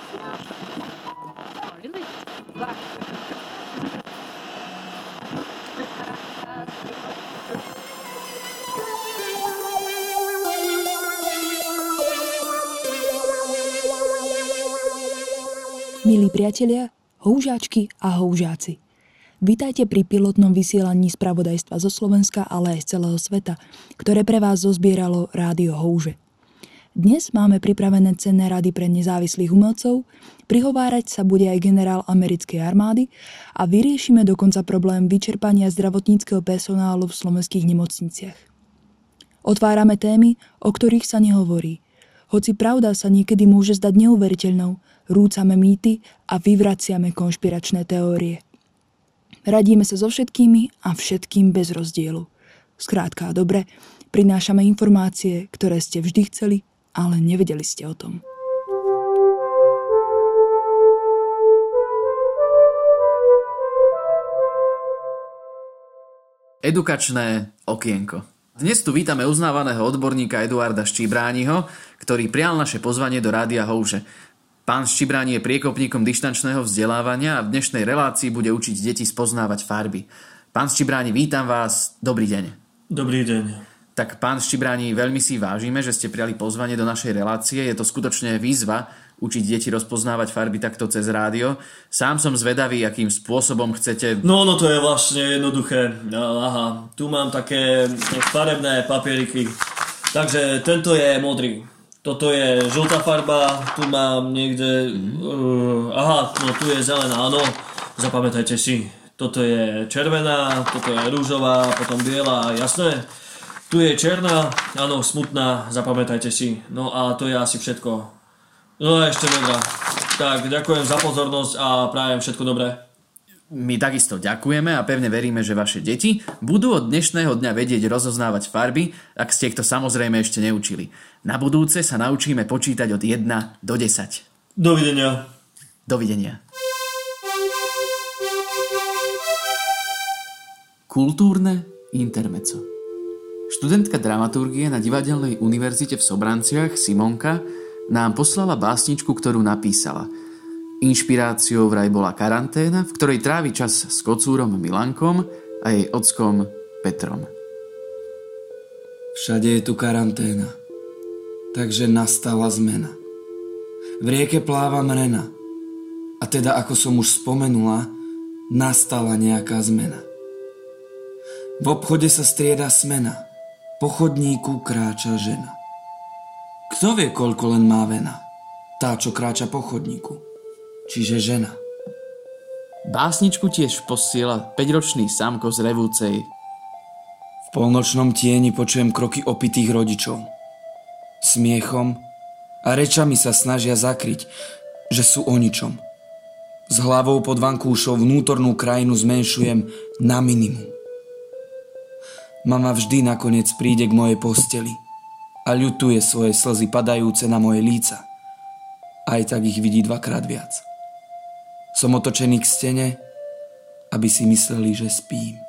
Really? Milí priatelia, houžáčky a houžáci. Vítajte pri pilotnom vysielaní spravodajstva zo Slovenska, ale aj z celého sveta, ktoré pre vás zozbieralo Rádio Houže. Dnes máme pripravené cenné rady pre nezávislých umelcov, prihovárať sa bude aj generál americkej armády a vyriešime dokonca problém vyčerpania zdravotníckeho personálu v slovenských nemocniciach. Otvárame témy, o ktorých sa nehovorí. Hoci pravda sa niekedy môže zdať neuveriteľnou, rúcame mýty a vyvraciame konšpiračné teórie. Radíme sa so všetkými a všetkým bez rozdielu. Skrátka a dobre, prinášame informácie, ktoré ste vždy chceli, ale nevedeli ste o tom. Edukačné okienko. Dnes tu vítame uznávaného odborníka Eduarda Štibrániho, ktorý prijal naše pozvanie do Rádia Houže. Pán Štibráni je priekopníkom dištančného vzdelávania a v dnešnej relácii bude učiť deti spoznávať farby. Pán Štibráni, vítam vás. Dobrý deň. Dobrý deň. Tak pán Štibráni, veľmi si vážime, že ste prijali pozvanie do našej relácie. Je to skutočne výzva učiť deti rozpoznávať farby takto cez rádio. Sám som zvedavý, akým spôsobom chcete... No to je vlastne jednoduché. Aha, tu mám také farebné papieriky. Takže tento je modrý. Toto je žltá farba, tu mám niekde... tu je zelená, áno. Zapamätajte si. Toto je červená, toto je rúžová, potom biela, jasné. Tu je černá, áno, smutná, zapamätajte si. No a to je asi všetko. No a ešte modrá. Tak, ďakujem za pozornosť a prajem všetko dobré. My takisto ďakujeme a pevne veríme, že vaše deti budú od dnešného dňa vedieť rozoznávať farby, ak ste ich to samozrejme ešte neučili. Na budúce sa naučíme počítať od 1 do 10. Dovidenia. Dovidenia. Kultúrne intermezzo. Študentka dramaturgie na Divadelnej univerzite v Sobranciach, Simonka, nám poslala básničku, ktorú napísala. Inšpiráciou vraj bola karanténa, v ktorej trávi čas s kocúrom Milankom a jej ockom Petrom. Všade je tu karanténa, takže nastala zmena. V rieke pláva mrena, a teda ako som už spomenula, nastala nejaká zmena. V obchode sa strieda smena, po chodníku kráča žena. Kto vie, koľko len má vena? Tá, čo kráča po chodníku, čiže žena. Básničku tiež posiela 5-ročný Samko z Revúcej. V polnočnom tieni počujem kroky opitých rodičov. Smiechom a rečami sa snažia zakryť, že sú o ničom. S hlavou pod vankúšou vnútornú krajinu zmenšujem na minimum. Mama vždy nakoniec príde k mojej posteli a ľutuje svoje slzy padajúce na moje líca. Aj tak ich vidí 2-krát viac. Som otočený k stene, aby si mysleli, že spím.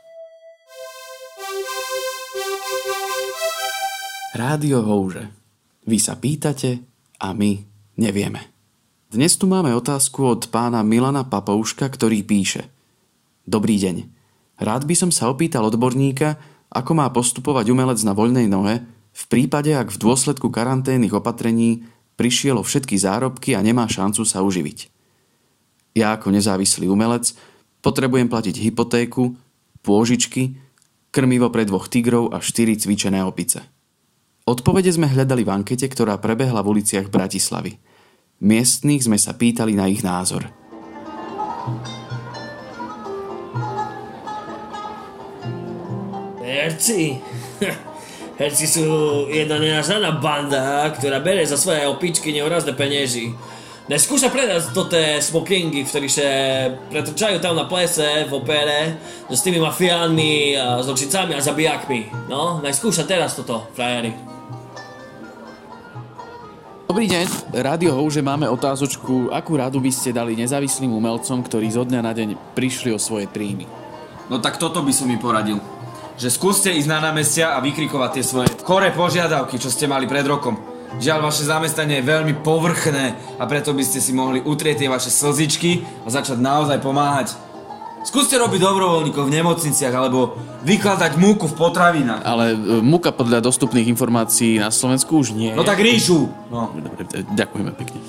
Rádio Houže. Vy sa pýtate a my nevieme. Dnes tu máme otázku od pána Milana Papouška, ktorý píše: Dobrý deň. Rád by som sa opýtal odborníka, ako má postupovať umelec na voľnej nohe v prípade, ak v dôsledku karanténnych opatrení prišiel o všetky zárobky a nemá šancu sa uživiť. Ja ako nezávislý umelec potrebujem platiť hypotéku, pôžičky, krmivo pre 2 tigrov a 4 cvičené opice. Odpovede sme hľadali v ankete, ktorá prebehla v uliciach Bratislavy. Miestnych sme sa pýtali na ich názor. Herci sú jedna nenaždaná banda, ktorá berie za svoje opičky nehorazné peniazy. Neskúša predať toté smokingy, v ktorých sa pretrčajú tam na plese v opere s tými mafiánmi, a s očicami a zabijakmi. No, neskúša teraz toto, frajeri. Dobrý deň, Rádio Houže, máme otázočku. Akú radu by ste dali nezávislým umelcom, ktorí zo dňa na deň prišli o svoje príjmy? No tak toto by som mi poradil. Že skúste ísť na námestia a vykrikovať tie svoje choré požiadavky, čo ste mali pred rokom. Žiaľ, vaše zamestnanie je veľmi povrchné a preto by ste si mohli utrieť tie vaše slzičky a začať naozaj pomáhať. Skúste robiť dobrovoľníkov v nemocniciach alebo vykladať múku v potravinách. Ale múka podľa dostupných informácií na Slovensku už nie je. No tak ríšu! No. Dobre, ďakujeme pekne.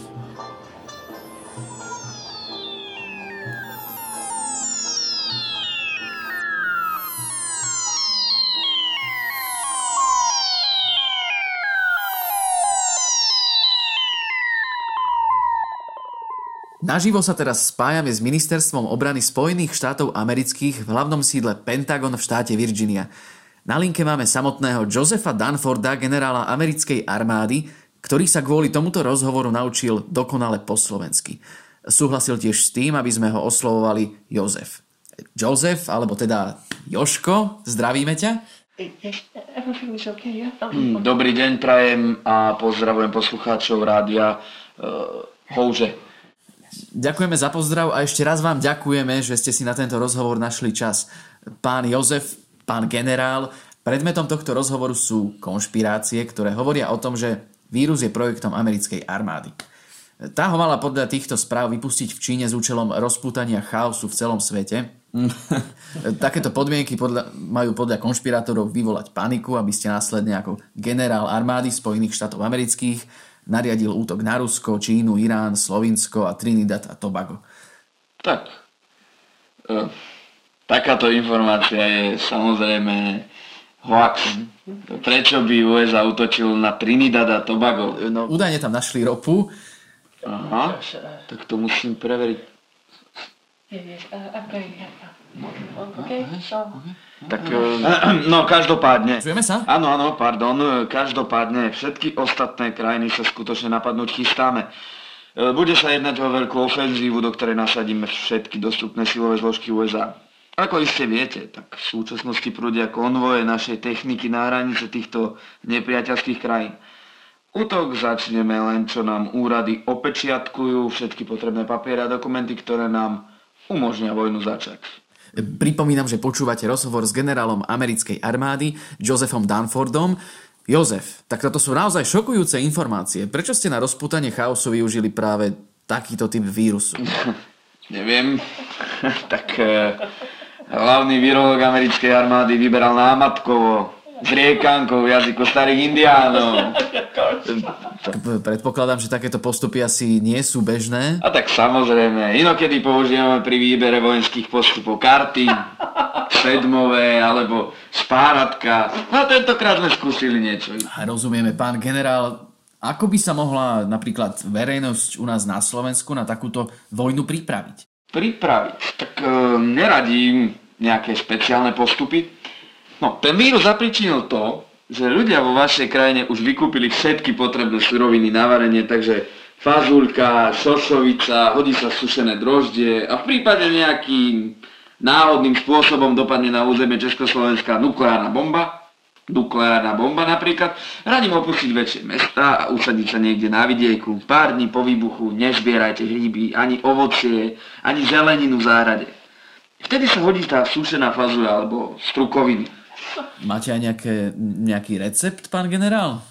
Naživo sa teraz spájame s Ministerstvom obrany Spojených štátov amerických v hlavnom sídle Pentagon v štáte Virginia. Na linke máme samotného Josepha Dunforda, generála americkej armády, ktorý sa kvôli tomuto rozhovoru naučil dokonale po slovensky. Súhlasil tiež s tým, aby sme ho oslovovali Jozef. Jozef, alebo teda Jožko, zdravíme ťa. Dobrý deň prajem a pozdravujem poslucháčov rádia Houže. Ďakujeme za pozdrav a ešte raz vám ďakujeme, že ste si na tento rozhovor našli čas. Pán Jozef, pán generál, predmetom tohto rozhovoru sú konšpirácie, ktoré hovoria o tom, že vírus je projektom americkej armády. Tá ho mala podľa týchto správ vypustiť v Číne s účelom rozpútania chaosu v celom svete. Takéto podmienky majú podľa konšpirátorov vyvolať paniku, aby ste následne ako generál armády Spojených štátov amerických nariadil útok na Rusko, Čínu, Irán, Slovinsko a Trinidad a Tobago. Tak, takáto informácia je samozrejme hoax. Prečo by USA útočil na Trinidad a Tobago? No, údajne tam našli ropu. Aha, tak to musím preveriť. Tak, no každopádne. Čujeme sa? Áno, pardon. Každopádne všetky ostatné krajiny sa skutočne napadnúť chystáme. Bude sa jednať o veľkú ofenzívu, do ktorej nasadíme všetky dostupné silové zložky USA. Ako iste viete, tak v súčasnosti prúdia konvoje našej techniky na hranice týchto nepriateľských krajín. Útok začneme len, čo nám úrady opečiatkujú všetky potrebné papiere a dokumenty, ktoré nám umožnia vojnu začať. Pripomínam, že počúvate rozhovor s generálom americkej armády Josephom Dunfordom. Jozef, tak toto sú naozaj šokujúce informácie. Prečo ste na rozpútanie chaosu využili práve takýto typ vírusu? Neviem. Tak hlavný virológ americkej armády vyberal námatkovo s riekankou v jazyku starých indiánov. Predpokladám, že takéto postupy asi nie sú bežné. A tak samozrejme, inokedy používame pri výbere vojenských postupov karty, sedmové alebo spáratka. A tentokrát sme skúsili niečo. Rozumieme, pán generál. Ako by sa mohla napríklad verejnosť u nás na Slovensku na takúto vojnu pripraviť? Tak neradím nejaké špeciálne postupy. No, ten vírus zapričinil to, že ľudia vo vašej krajine už vykúpili všetky potrebné suroviny na varenie, takže fazuľka, šošovica, hodí sa sušené droždie a v prípade nejakým náhodným spôsobom dopadne na územie Československa nukleárna bomba napríklad, radím opustiť väčšie mestá a usadiť sa niekde na vidieku. Pár dní po výbuchu nezbierajte hríby, ani ovocie, ani zeleninu v záhrade. Vtedy sa hodí tá sušená fazuľa alebo strukoviny. Máte aj nejaký recept, pán generál?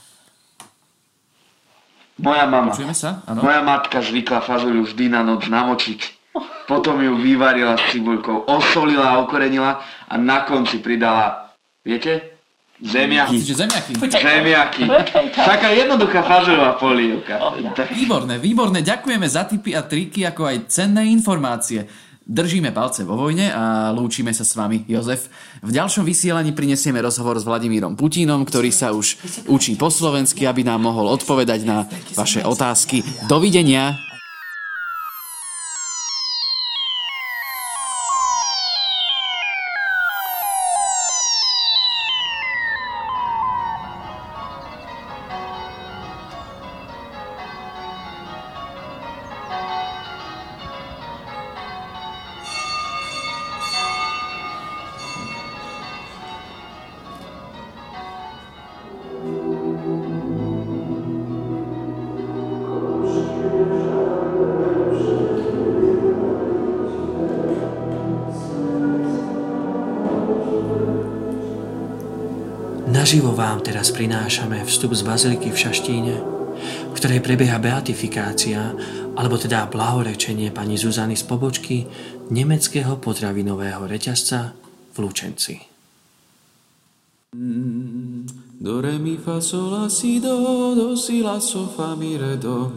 Moja mama. Počujeme sa? Áno. Moja matka zvykla fazuľu vždy na noc namočiť. Potom ju vyvarila s cibuľkou, osolila a okorenila a na konci pridala, viete? Zemiaky. Zemiaky. Taká jednoduchá fazuľová polievka. Výborné. Ďakujeme za tipy a triky, ako aj cenné informácie. Držíme palce vo vojne a lúčime sa s vami, Jozef. V ďalšom vysielaní prinesieme rozhovor s Vladimírom Putínom, ktorý sa už učí po slovensky, aby nám mohol odpovedať na vaše otázky. Dovidenia. Naživo vám teraz prinášame vstup z baziliky v Šaštíne ktorej prebieha beatifikácia, alebo teda blahorečenie pani Zuzany z pobočky nemeckého potravinového reťazca v Lučenci. Do re mi fa sol la si do si la so fa mi re do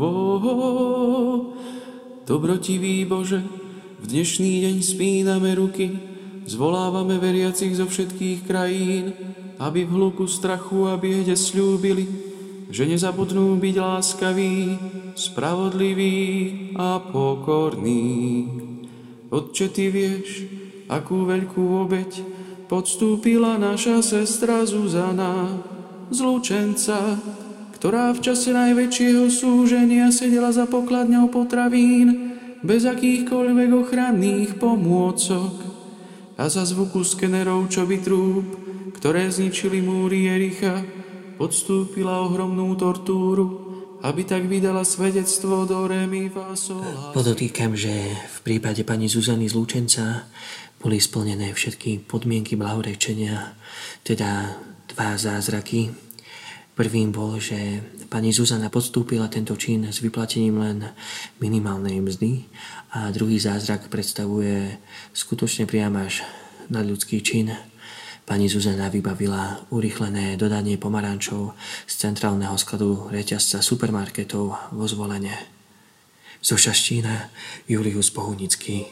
Dobrotivý Bože, v dnešný deň spíname ruky, zvolávame veriacich zo všetkých krajín, aby v hluku strachu a biede sľúbili, že nezabudnú byť láskaví, spravodliví a pokorní. Otče, Ty vieš, akú veľkú obeť podstúpila naša sestra Zuzana z Lučenca, ktorá v čase najväčšieho súženia sedela za pokladňou potravín bez akýchkoľvek ochranných pomôcok a za zvuku skenerov čoby trúb, ktoré zničili múry Jericha, podstúpila ohromnú tortúru, aby tak vydala svedectvo do re mi fa sol la si. Podotýkam, že v prípade pani Zuzany z Lučenca boli splnené všetky podmienky blahorečenia, teda 2 zázraky. Prvým bol, že pani Zuzana podstúpila tento čin s vyplatením len minimálnej mzdy a druhý zázrak predstavuje skutočne priam až nadľudský čin. Pani Zuzana vybavila urýchlené dodanie pomarančov z centrálneho skladu reťazca supermarketov vo Zvolene. Zo Šaštína Julius Bohunický.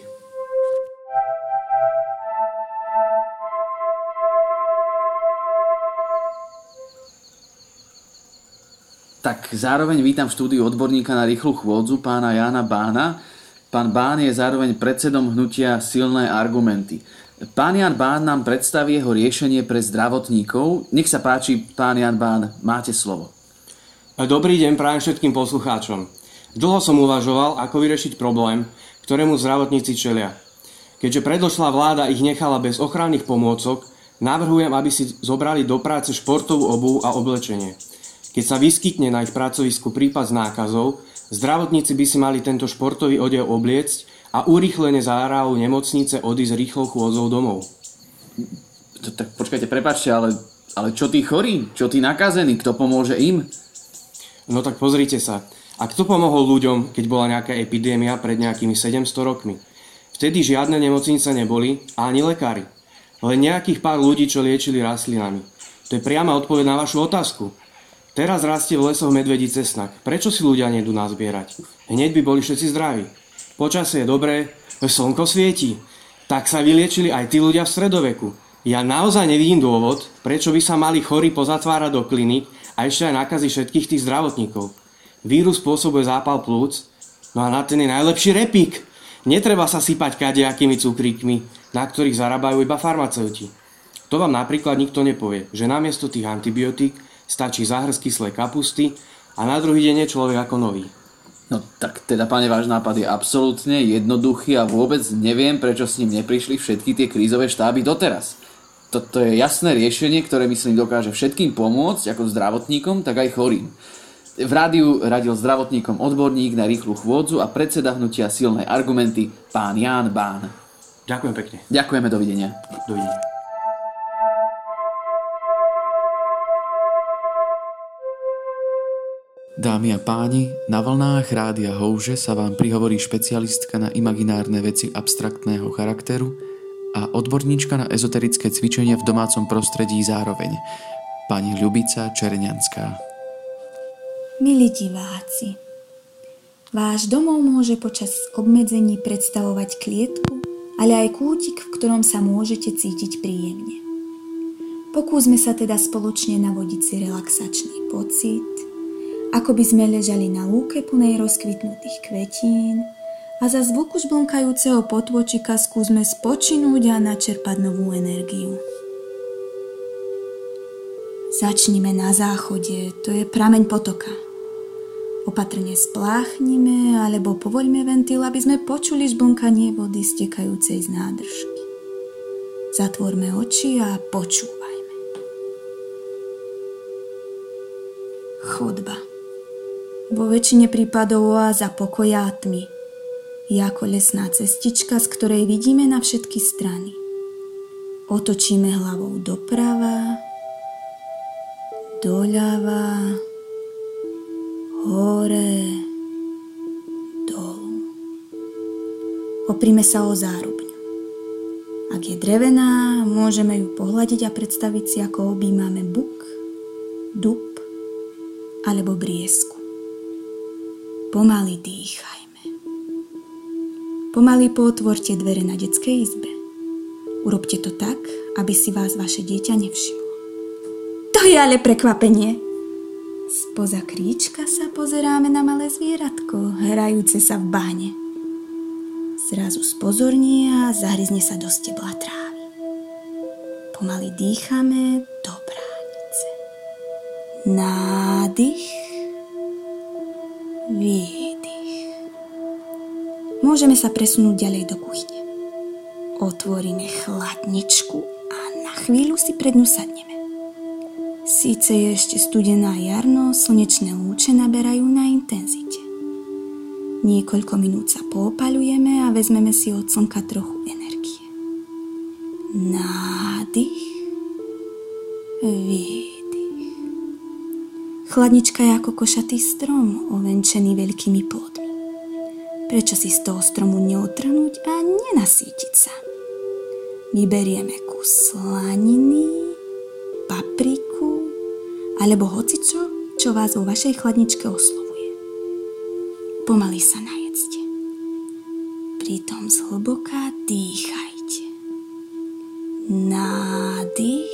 Tak zároveň vítam v štúdiu odborníka na rýchlu chôdzu, pána Jána Bána. Pán Bán je zároveň predsedom hnutia Silné argumenty. Pán Ján Bán nám predstaví jeho riešenie pre zdravotníkov. Nech sa páči, pán Ján Bán, máte slovo. Dobrý deň prajem všetkým poslucháčom. Dlho som uvažoval, ako vyriešiť problém, ktorému zdravotníci čelia. Keďže predošlá vláda ich nechala bez ochranných pomôcok, navrhujem, aby si zobrali do práce športovú obuv a oblečenie. Keď sa vyskytne na ich pracovisku prípad s nákazou, zdravotníci by si mali tento športový odev obliecť a urýchlene za areálu nemocnice odísť rýchlou chôdzou domov. Tak počkajte, prepáčte, ale čo tí chorí? Čo tí nakazení? Kto pomôže im? No tak pozrite sa. A kto pomohol ľuďom, keď bola nejaká epidémia pred nejakými 700 rokmi? Vtedy žiadne nemocnice neboli a ani lekári. Len nejakých pár ľudí, čo liečili rastlinami. To je priama odpoveď na vašu otázku. Teraz rastie v lesoch medvedí cesnak. Prečo si ľudia nejdú nazbierať? Hneď by boli všetci zdraví. Počasie je dobré, slnko svieti. Tak sa vyliečili aj tí ľudia v stredoveku. Ja naozaj nevidím dôvod, prečo by sa mali chorí pozatvárať do kliník a ešte aj nakaziť všetkých tých zdravotníkov. Vírus spôsobuje zápal plúc, no a na ten je najlepší repík. Netreba sa sypať kadejakými cukríkmi, na ktorých zarábajú iba farmaceuti. To vám napríklad nikto nepovie, že namiesto tých antibiotík stačí záhrst kyslej kapusty a na druhý deň je človek ako nový. No tak teda, pane, váš nápad je absolútne jednoduchý a vôbec neviem, prečo s ním neprišli všetky tie krízové štáby doteraz. Toto je jasné riešenie, ktoré myslím dokáže všetkým pomôcť, ako zdravotníkom, tak aj chorým. V rádiu radil zdravotníkom odborník na rýchlu chôdzu a predseda hnutia Silné argumenty, pán Ján Bán. Ďakujem pekne. Ďakujeme, dovidenia. Dovidenia. Dámy a páni, na vlnách Rádia Houže sa vám prihovorí špecialistka na imaginárne veci abstraktného charakteru a odborníčka na ezoterické cvičenia v domácom prostredí zároveň, pani Ľubica Černianská. Milí diváci, váš domov môže počas obmedzení predstavovať klietku, ale aj kútik, v ktorom sa môžete cítiť príjemne. Pokúsme sa teda spoločne navodiť si relaxačný pocit, ako by sme ležali na lúke plnej rozkvitnutých kvetín a za zvuku žblnkajúceho potôčika skúsme spočinúť a načerpať novú energiu. Začnime na záchode, to je prameň potoka. Opatrne spláchnime alebo povoľme ventil, aby sme počuli žblnkanie vody stekajúcej z nádržky. Zatvorme oči a počúvajme. Chodba. Vo väčšine prípadov oáza pokoja a tmy. Je ako lesná cestička, z ktorej vidíme na všetky strany. Otočíme hlavou doprava, doľava, hore, dolu. Oprime sa o zárubňu. Ak je drevená, môžeme ju pohľadiť a predstaviť si, ako objímame buk, dub alebo briesku. Pomaly dýchajme. Pomaly pootvorte dvere na detskej izbe. Urobte to tak, aby si vás vaše dieťa nevšimlo. To je ale prekvapenie. Spoza kríčka sa pozeráme na malé zvieratko, hrajúce sa v bahne. Zrazu spozorní a zahryzne sa do stebla trávy. Pomaly dýchame do bránice. Nádych, výdych. Môžeme sa presunúť ďalej do kuchyne. Otvoríme chladničku a na chvíľu si pred ňu sadneme. Síce je ešte studená jarno, slnečné lúče naberajú na intenzite. Niekoľko minút sa poopaľujeme a vezmeme si od slnka trochu energie. Nádych, výdych. Chladnička je ako košatý strom, ovenčený veľkými plodmi. Prečo si z toho stromu neotrhnúť a nenasýtiť sa? Vyberieme kus slaniny, papriku alebo hocičo, čo vás vo vašej chladničke oslovuje. Pomaly sa najedzte. Pritom zhlboka dýchajte. Nádych,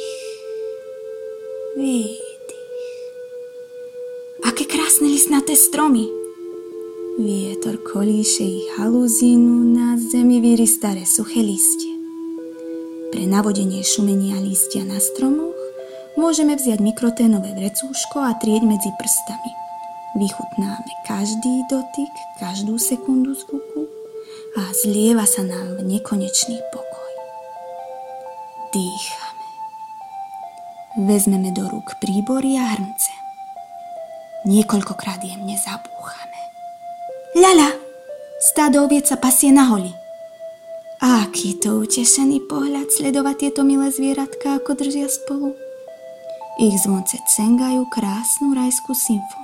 výdych. Aké krásne listnaté stromy. Vietor kolíše ich halúzinu, na zemi víri staré suché listie. Pre navodenie šumenia lístia na stromoch môžeme vziať mikroténové vrecúško a trieť medzi prstami. Vychutnáme každý dotyk, každú sekundu zvuku a zlieva sa nám v nekonečný pokoj. Dýchame. Vezmeme do rúk príbory a hrnce. Niekoľkokrát jemne zabúchame. Ľaľa! Stádo oviec sa pasie na holi. Aký to utešený pohľad sledovať tieto milé zvieratka, ako držia spolu. Ich zvonce cengajú krásnu rajskú symfóniu.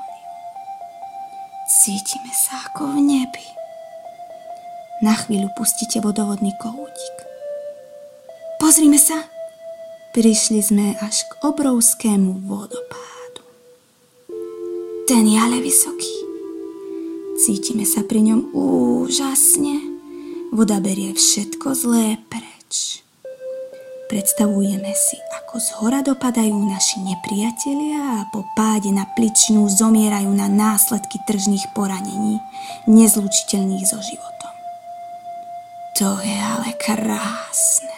Cítime sa ako v nebi. Na chvíľu pustíte vodovodný kohútik. Pozrime sa. Prišli sme až k obrovskému vodopádu. Ten je ale vysoký. Cítime sa pri ňom úžasne. Voda berie všetko zlé preč. Predstavujeme si, ako zhora dopadajú naši nepriatelia a po páde na pličinu zomierajú na následky tržných poranení, nezlučiteľných so životom. To je ale krásne.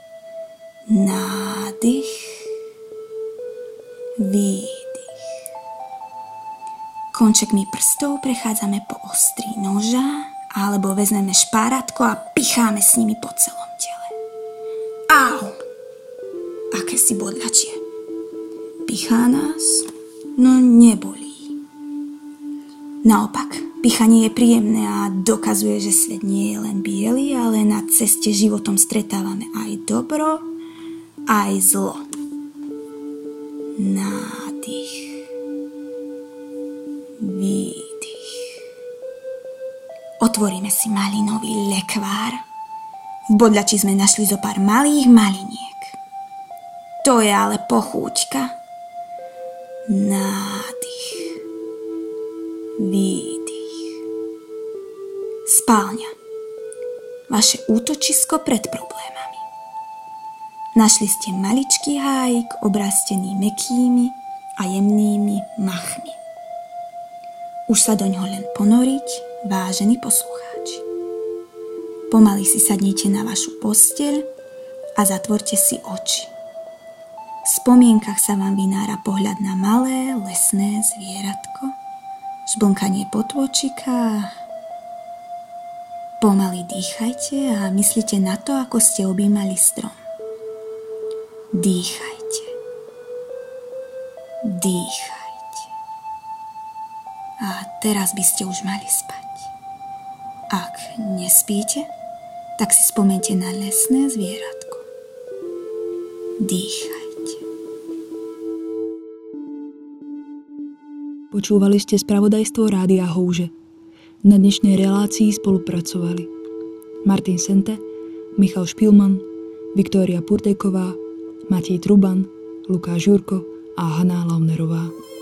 Nádych, výdych. Končekmi prstov prechádzame po ostrí noža alebo vezmeme špáratko a picháme s nimi po celom tele. Au! Aké si bodľačie. Pichá nás, no nebolí. Naopak, pichanie je príjemné a dokazuje, že svet nie je len biely, ale na ceste životom stretávame aj dobro, aj zlo. Nádych. Výdych. Otvoríme si malinový lekvár. V bodľači sme našli zo pár malých maliniek. To je ale pochúťka. Nádych. Výdych. Spálňa. Vaše útočisko pred problémami. Našli ste maličký hájik obrastený mäkkými a jemnými machmi. Už sa doňho len ponoriť, vážení poslucháči. Pomaly si sadnite na vašu posteľ a zatvorte si oči. V spomienkach sa vám vynára pohľad na malé lesné zvieratko, žblnkanie potôčika. Pomaly dýchajte a myslite na to, ako ste objímali strom. Dýchajte. Dýchajte. A teraz by ste už mali spať. Ak nespíte, tak si spomente na lesné zvieratko. Dýchajte. Počúvali ste spravodajstvo Rádia Houže. Na dnešnej relácii spolupracovali Martin Sente, Michal Špilman, Viktória Purtejková, Matej Truban, Lukáš Jurko a Hanna Launerová.